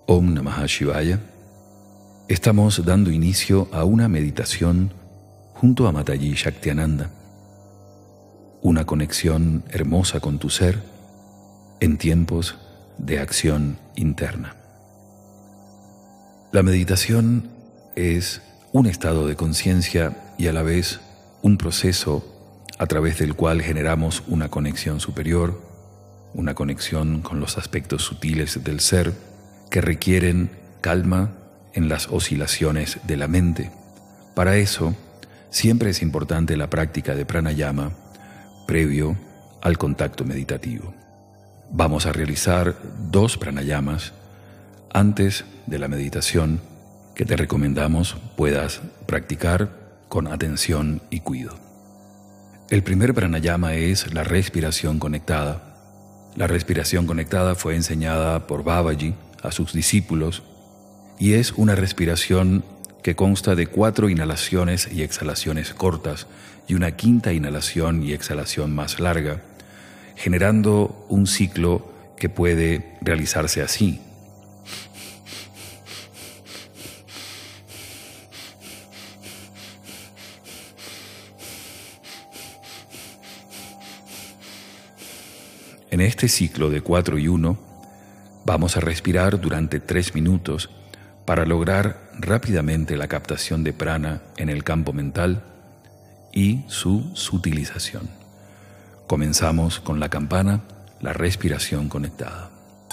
Om Namah Shivaya. Estamos dando inicio a una meditación junto a Mataji Shaktiananda. Una conexión hermosa con tu ser en tiempos de acción interna. La meditación es un estado de conciencia y a la vez un proceso a través del cual generamos una conexión superior, una conexión con los aspectos sutiles del ser que requieren calma en las oscilaciones de la mente. Para eso, siempre es importante la práctica de pranayama previo al contacto meditativo. Vamos a realizar 2 pranayamas antes de la meditación que te recomendamos puedas practicar con atención y cuidado. El primer pranayama es la respiración conectada. La respiración conectada fue enseñada por Babaji a sus discípulos y es una respiración que consta de 4 inhalaciones y exhalaciones cortas y una 5ª inhalación y exhalación más larga, generando un ciclo que puede realizarse así. En este ciclo de 4 y 1, vamos a respirar durante 3 minutos para lograr rápidamente la captación de prana en el campo mental y su sutilización. Comenzamos con la campana, la respiración conectada.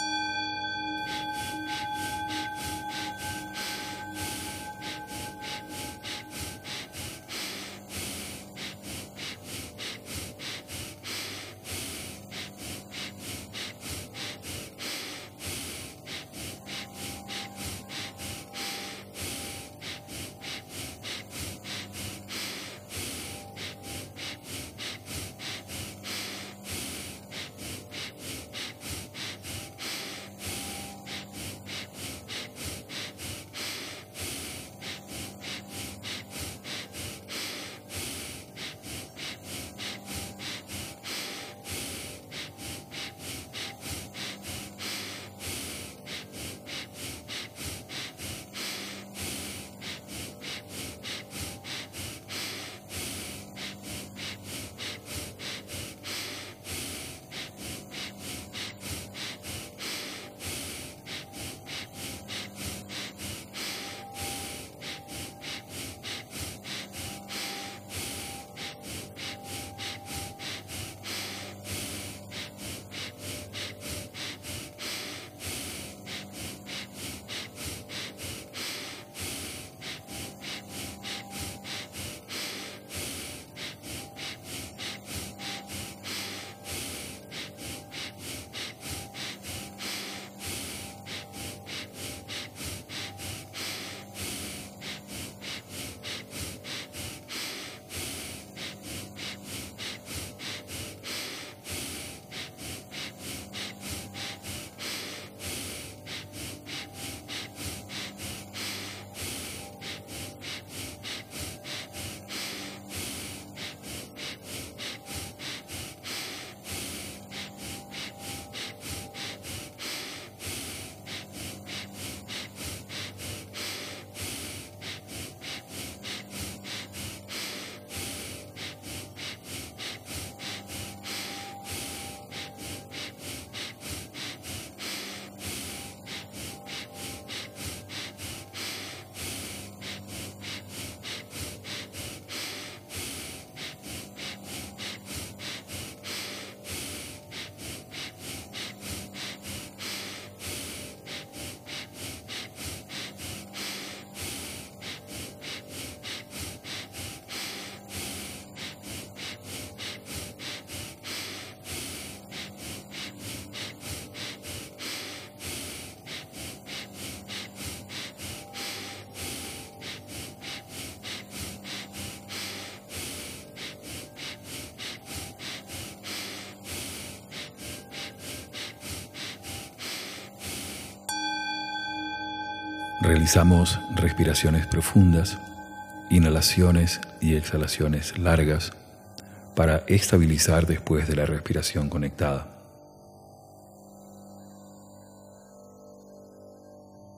Realizamos respiraciones profundas, inhalaciones y exhalaciones largas para estabilizar después de la respiración conectada.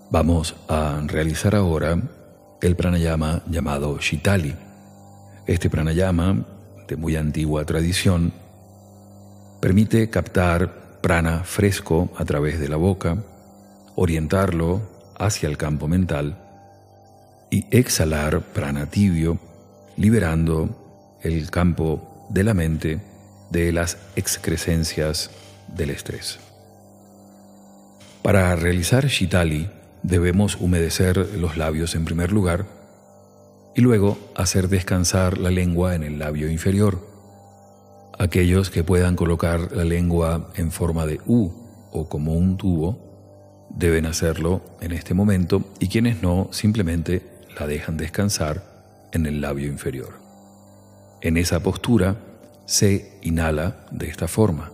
Vamos a realizar ahora el pranayama llamado Shitali. Este pranayama, de muy antigua tradición, permite captar prana fresco a través de la boca, orientarlo hacia el campo mental y exhalar prana tibio, liberando el campo de la mente de las excrescencias del estrés. Para realizar Shitali debemos humedecer los labios en primer lugar y luego hacer descansar la lengua en el labio inferior. Aquellos que puedan colocar la lengua en forma de U o como un tubo deben hacerlo en este momento, y quienes no, simplemente la dejan descansar en el labio inferior. En esa postura se inhala de esta forma.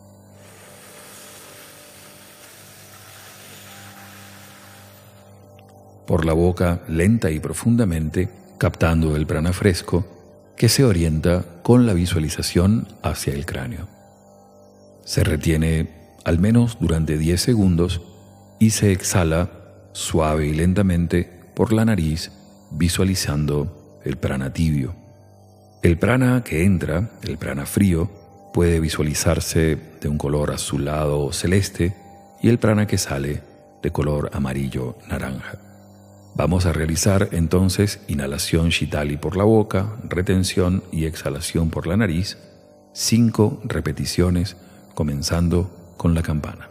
Por la boca, lenta y profundamente, captando el prana fresco que se orienta con la visualización hacia el cráneo. Se retiene al menos durante 10 segundos y se exhala suave y lentamente por la nariz, visualizando el prana tibio. El prana que entra, el prana frío, puede visualizarse de un color azulado o celeste, y el prana que sale de color amarillo naranja. Vamos a realizar entonces inhalación Shitali por la boca, retención y exhalación por la nariz, 5 repeticiones, comenzando con la campana.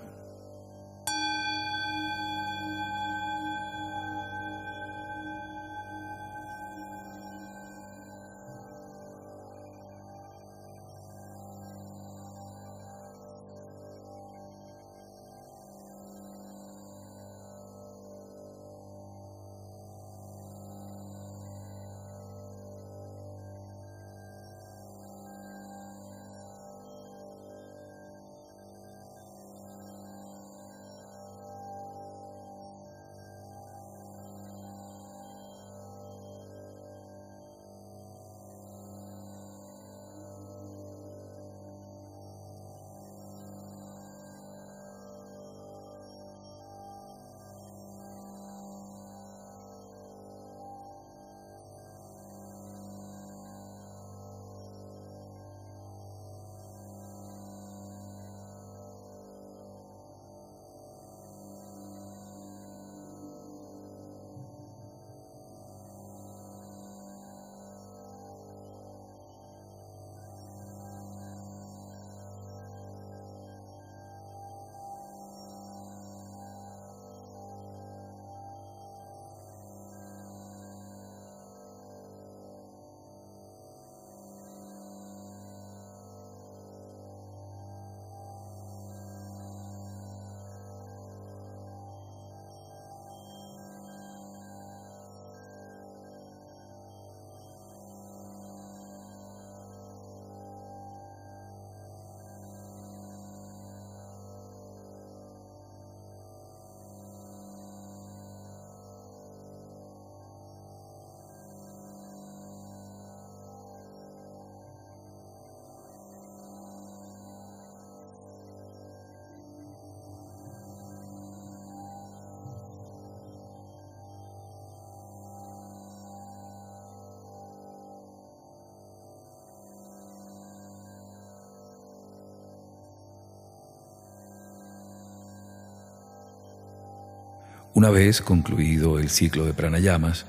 Una vez concluido el ciclo de pranayamas,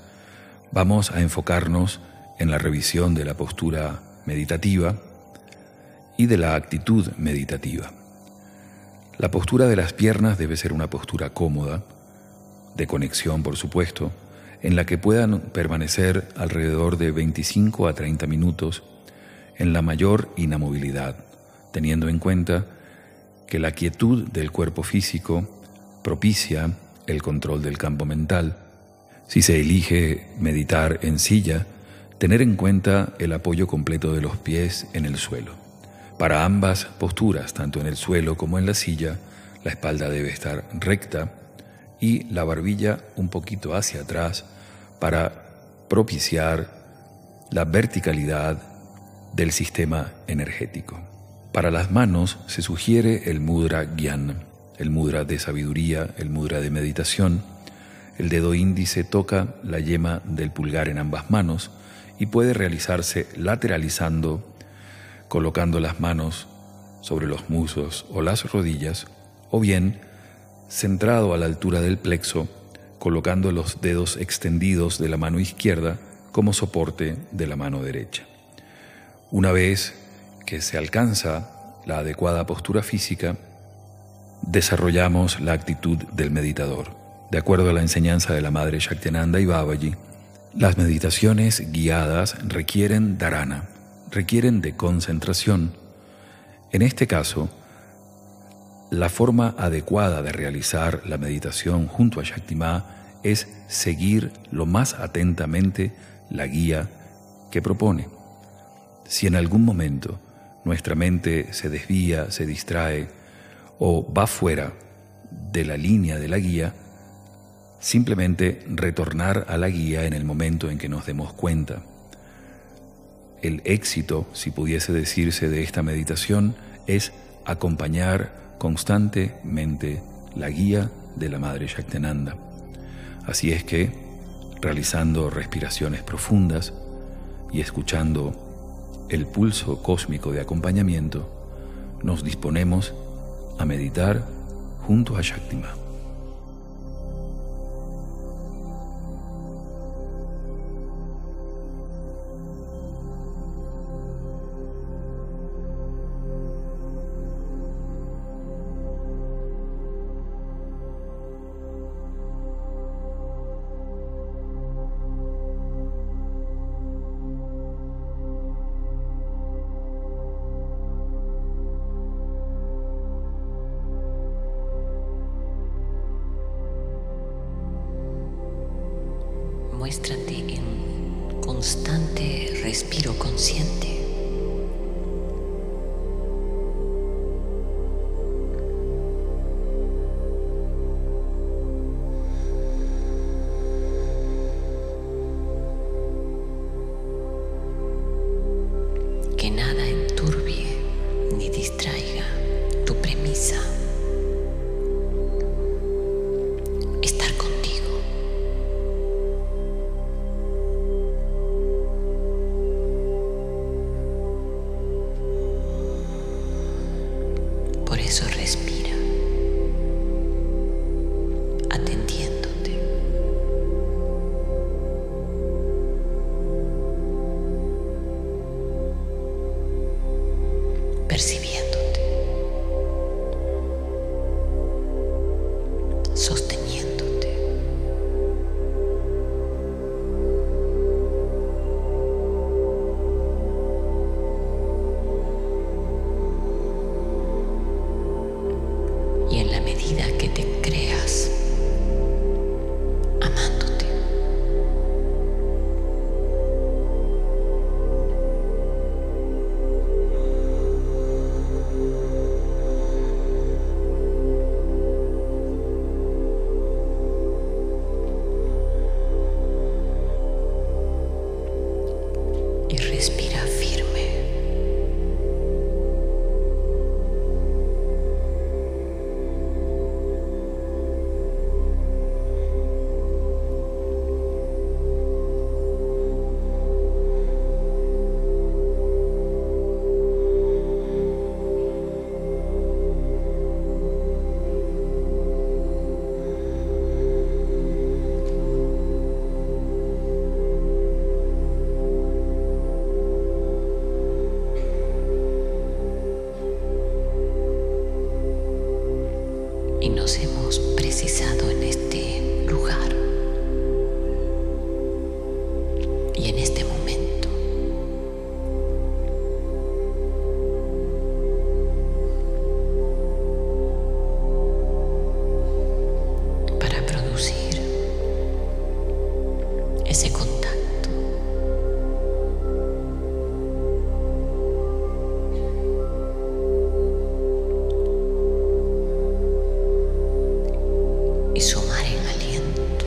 vamos a enfocarnos en la revisión de la postura meditativa y de la actitud meditativa. La postura de las piernas debe ser una postura cómoda, de conexión por supuesto, en la que puedan permanecer alrededor de 25 a 30 minutos en la mayor inamovilidad, teniendo en cuenta que la quietud del cuerpo físico propicia el control del campo mental. Si se elige meditar en silla, tener en cuenta el apoyo completo de los pies en el suelo. Para ambas posturas, tanto en el suelo como en la silla, la espalda debe estar recta y la barbilla un poquito hacia atrás para propiciar la verticalidad del sistema energético. Para las manos se sugiere el mudra Gyan, el mudra de sabiduría, el mudra de meditación, El dedo índice toca la yema del pulgar en ambas manos y puede realizarse lateralizando, colocando las manos sobre los muslos o las rodillas, o bien centrado a la altura del plexo, colocando los dedos extendidos de la mano izquierda como soporte de la mano derecha. Una vez que se alcanza la adecuada postura física, desarrollamos la actitud del meditador. De acuerdo a la enseñanza de la Madre Shaktinanda y Babaji, las meditaciones guiadas requieren dharana, requieren de concentración. En este caso, la forma adecuada de realizar la meditación junto a Shakti Ma es seguir lo más atentamente la guía que propone. Si en algún momento nuestra mente se desvía, se distrae o va fuera de la línea de la guía, simplemente retornar a la guía en el momento en que nos demos cuenta. El éxito, si pudiese decirse, de esta meditación es acompañar constantemente la guía de la Madre Shaktinanda. Así es que, realizando respiraciones profundas y escuchando el pulso cósmico de acompañamiento, nos disponemos a meditar junto a Shakti Ma. Muéstrate en constante respiro consciente. Que nada enturbie ni distraiga tu premisa. Estar contigo. Por eso respira, atendiéndote. Percibiéndote, sosteniéndote. Y en la medida que te creas amándote, y respira firme. Y nos hemos precisado en este lugar y en este momento para producir ese contacto. Y sumar en aliento.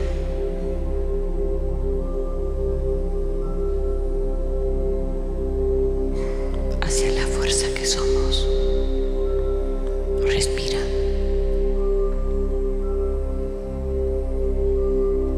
Hacia la fuerza que somos. Respira.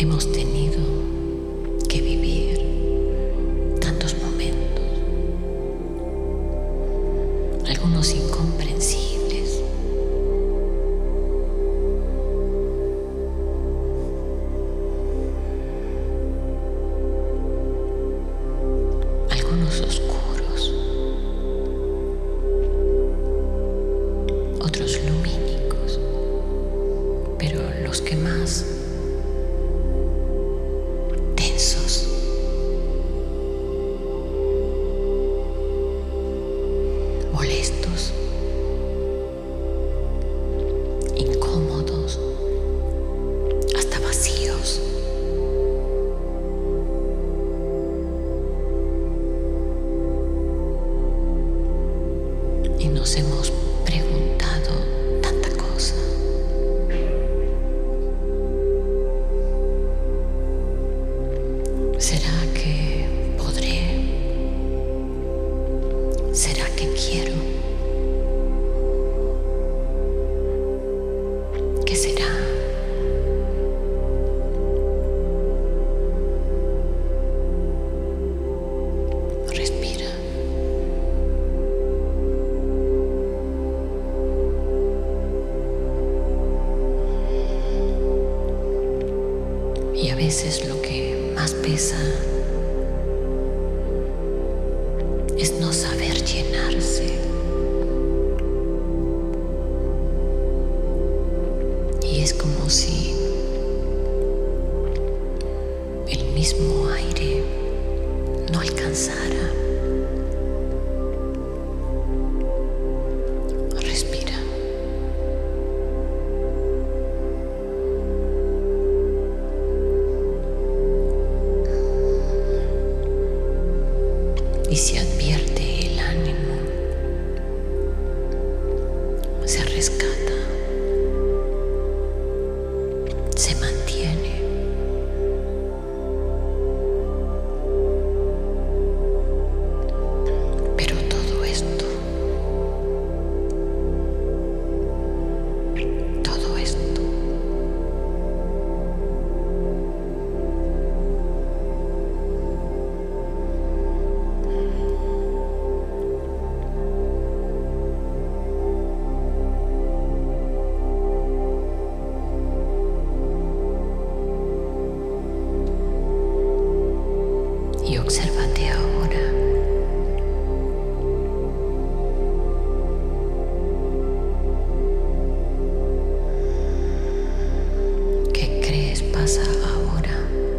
hemos tenido que vivir tantos momentos, algunos incomprensibles, algunos oscuros, otros lumínicos, pero los que más tensos, molestos, incómodos, hasta vacíos. Y nos hemos preguntado tanta cosa. ¿Será que podré? ¿Será que quiero? ¿Qué será? Respira. Y a veces lo que más pesa es no saber llenarse. Y es como si el mismo aire no alcanzara. Respira. Y se advierte el ánimo, se rescata, se mantiene. Pero todo esto, y obsérvate ahora. ¿Qué crees pasa ahora?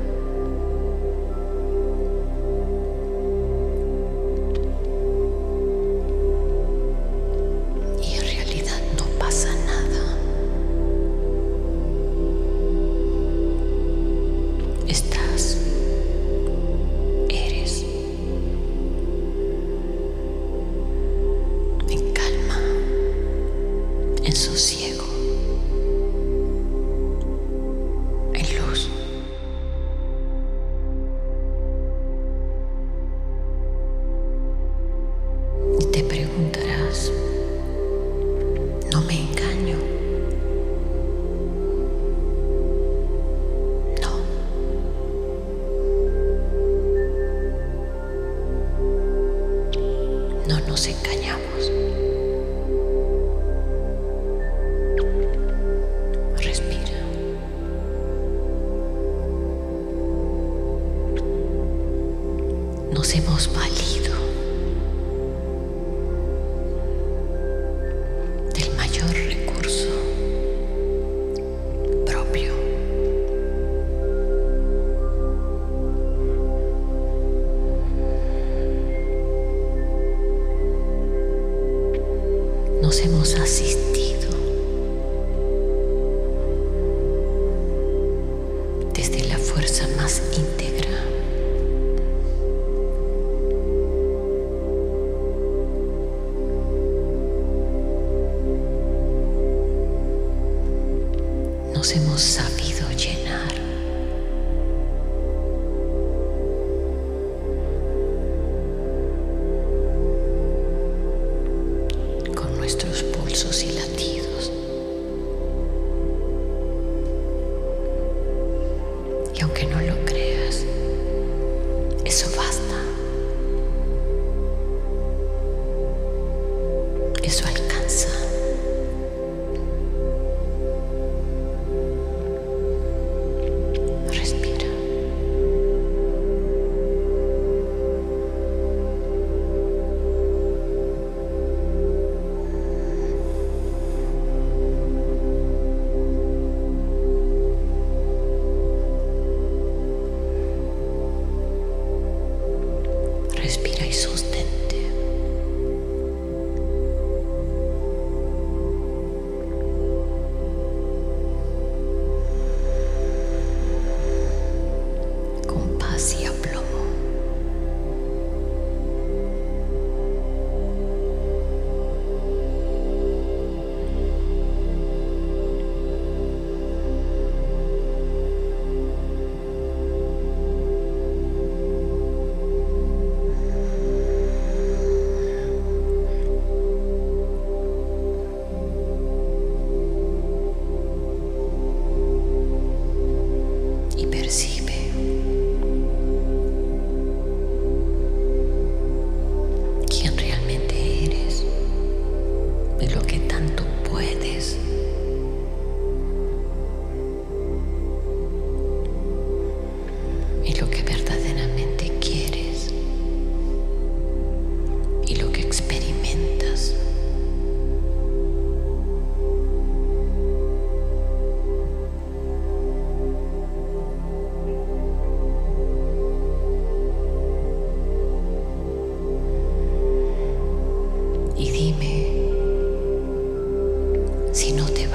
Y en realidad no pasa nada. Estás, eres en calma, en sosiego, en luz. Y te preguntarás, ¿no me engaño? No. No nos engañamos. Respira. Nos hemos valido del mayor recurso propio. Nos hemos asistido desde la fuerza más íntegra. Nos hemos sabido llenar. Con nuestros pulsos y latidos. Y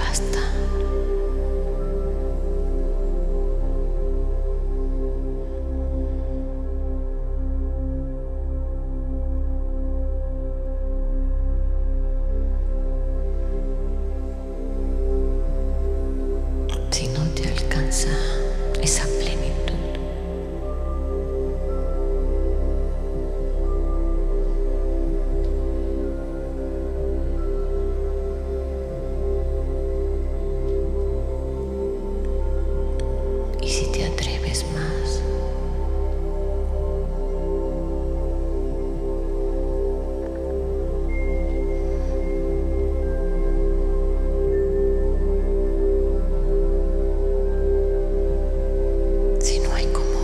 basta. Si no te alcanza esa plenitud, y si te atreves más, si no hay como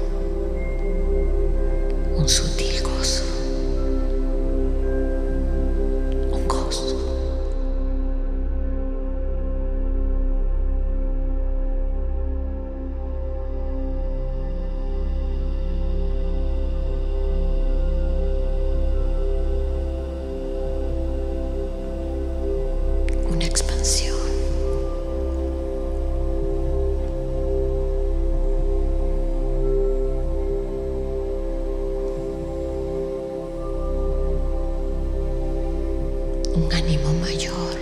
un sutil gozo, un gozo, una expansión, un ánimo mayor,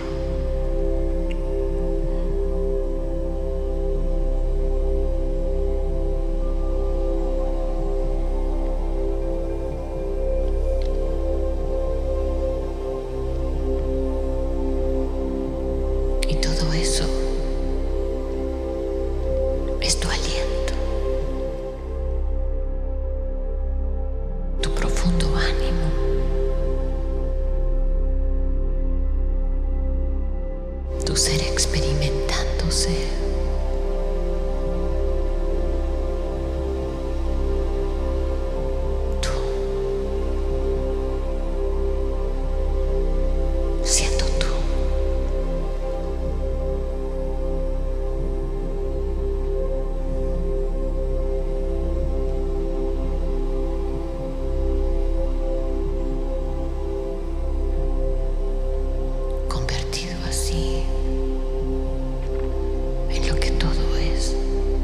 y todo eso es tu aliento, tu profundo ánimo, tu ser experimentándose, tú siendo tú. Convertido así en lo que todo es.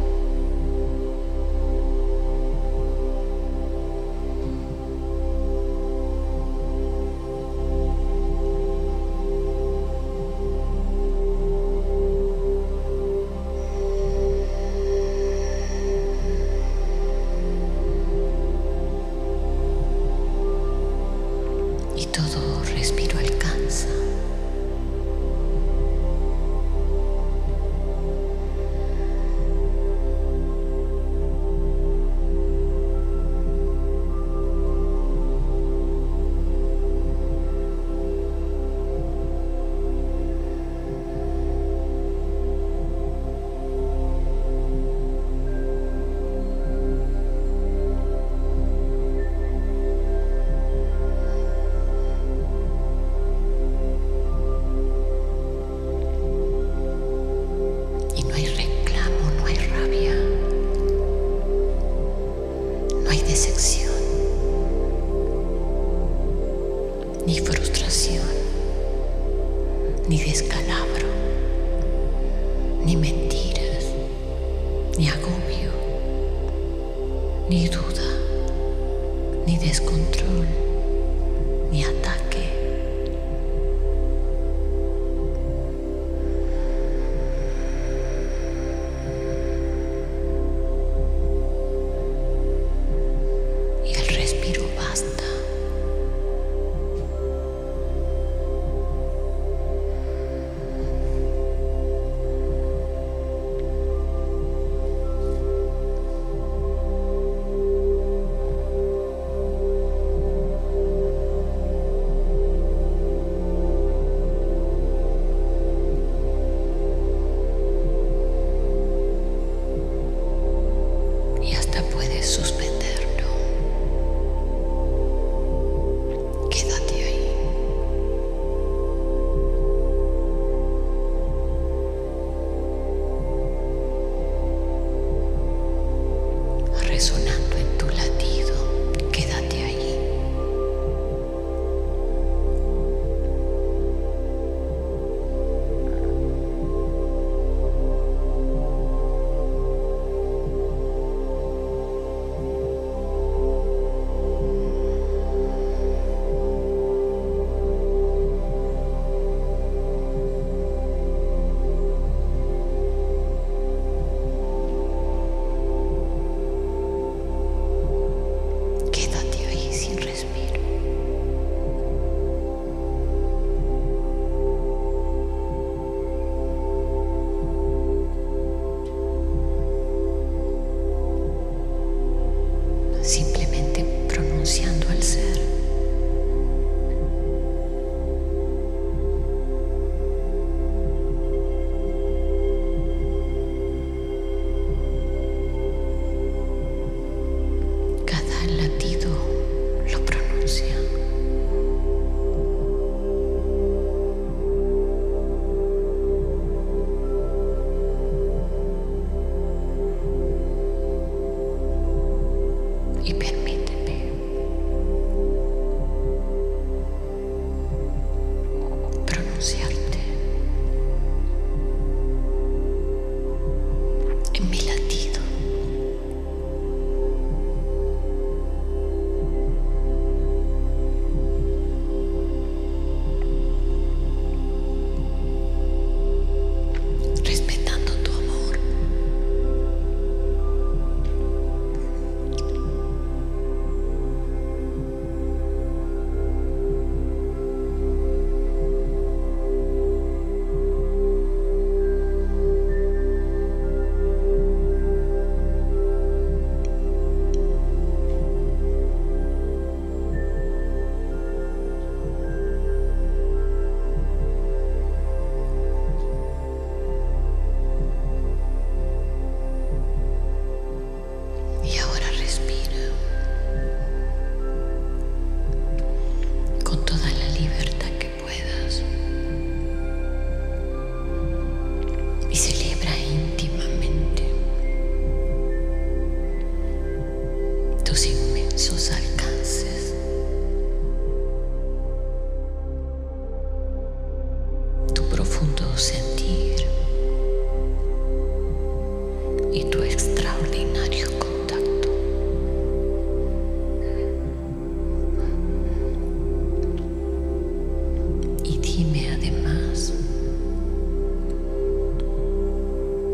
Y todo respiro alcanza. Y no hay reclamo, no hay rabia, no hay decepción, ni frustración, ni descalabro, ni mentiras, ni agobio, ni duda, ni descontrol, ni ataque. Y el respiro basta.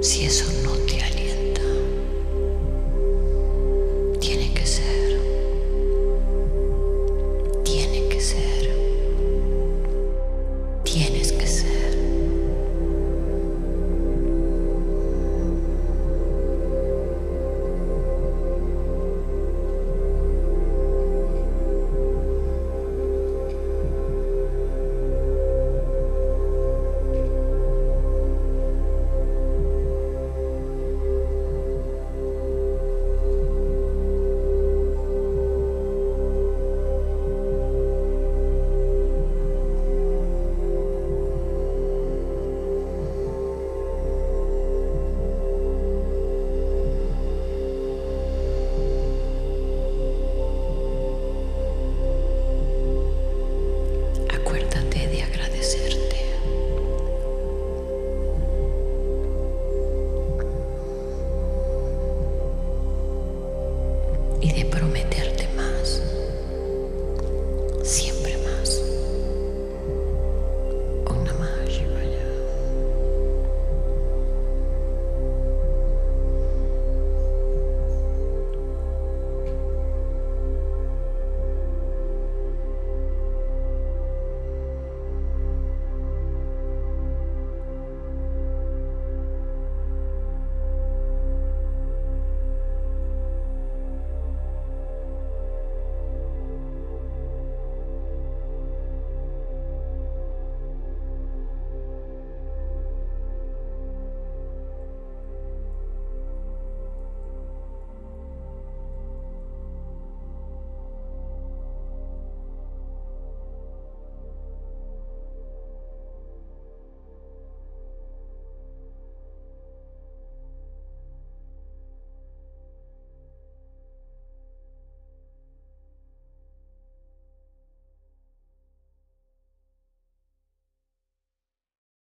si eso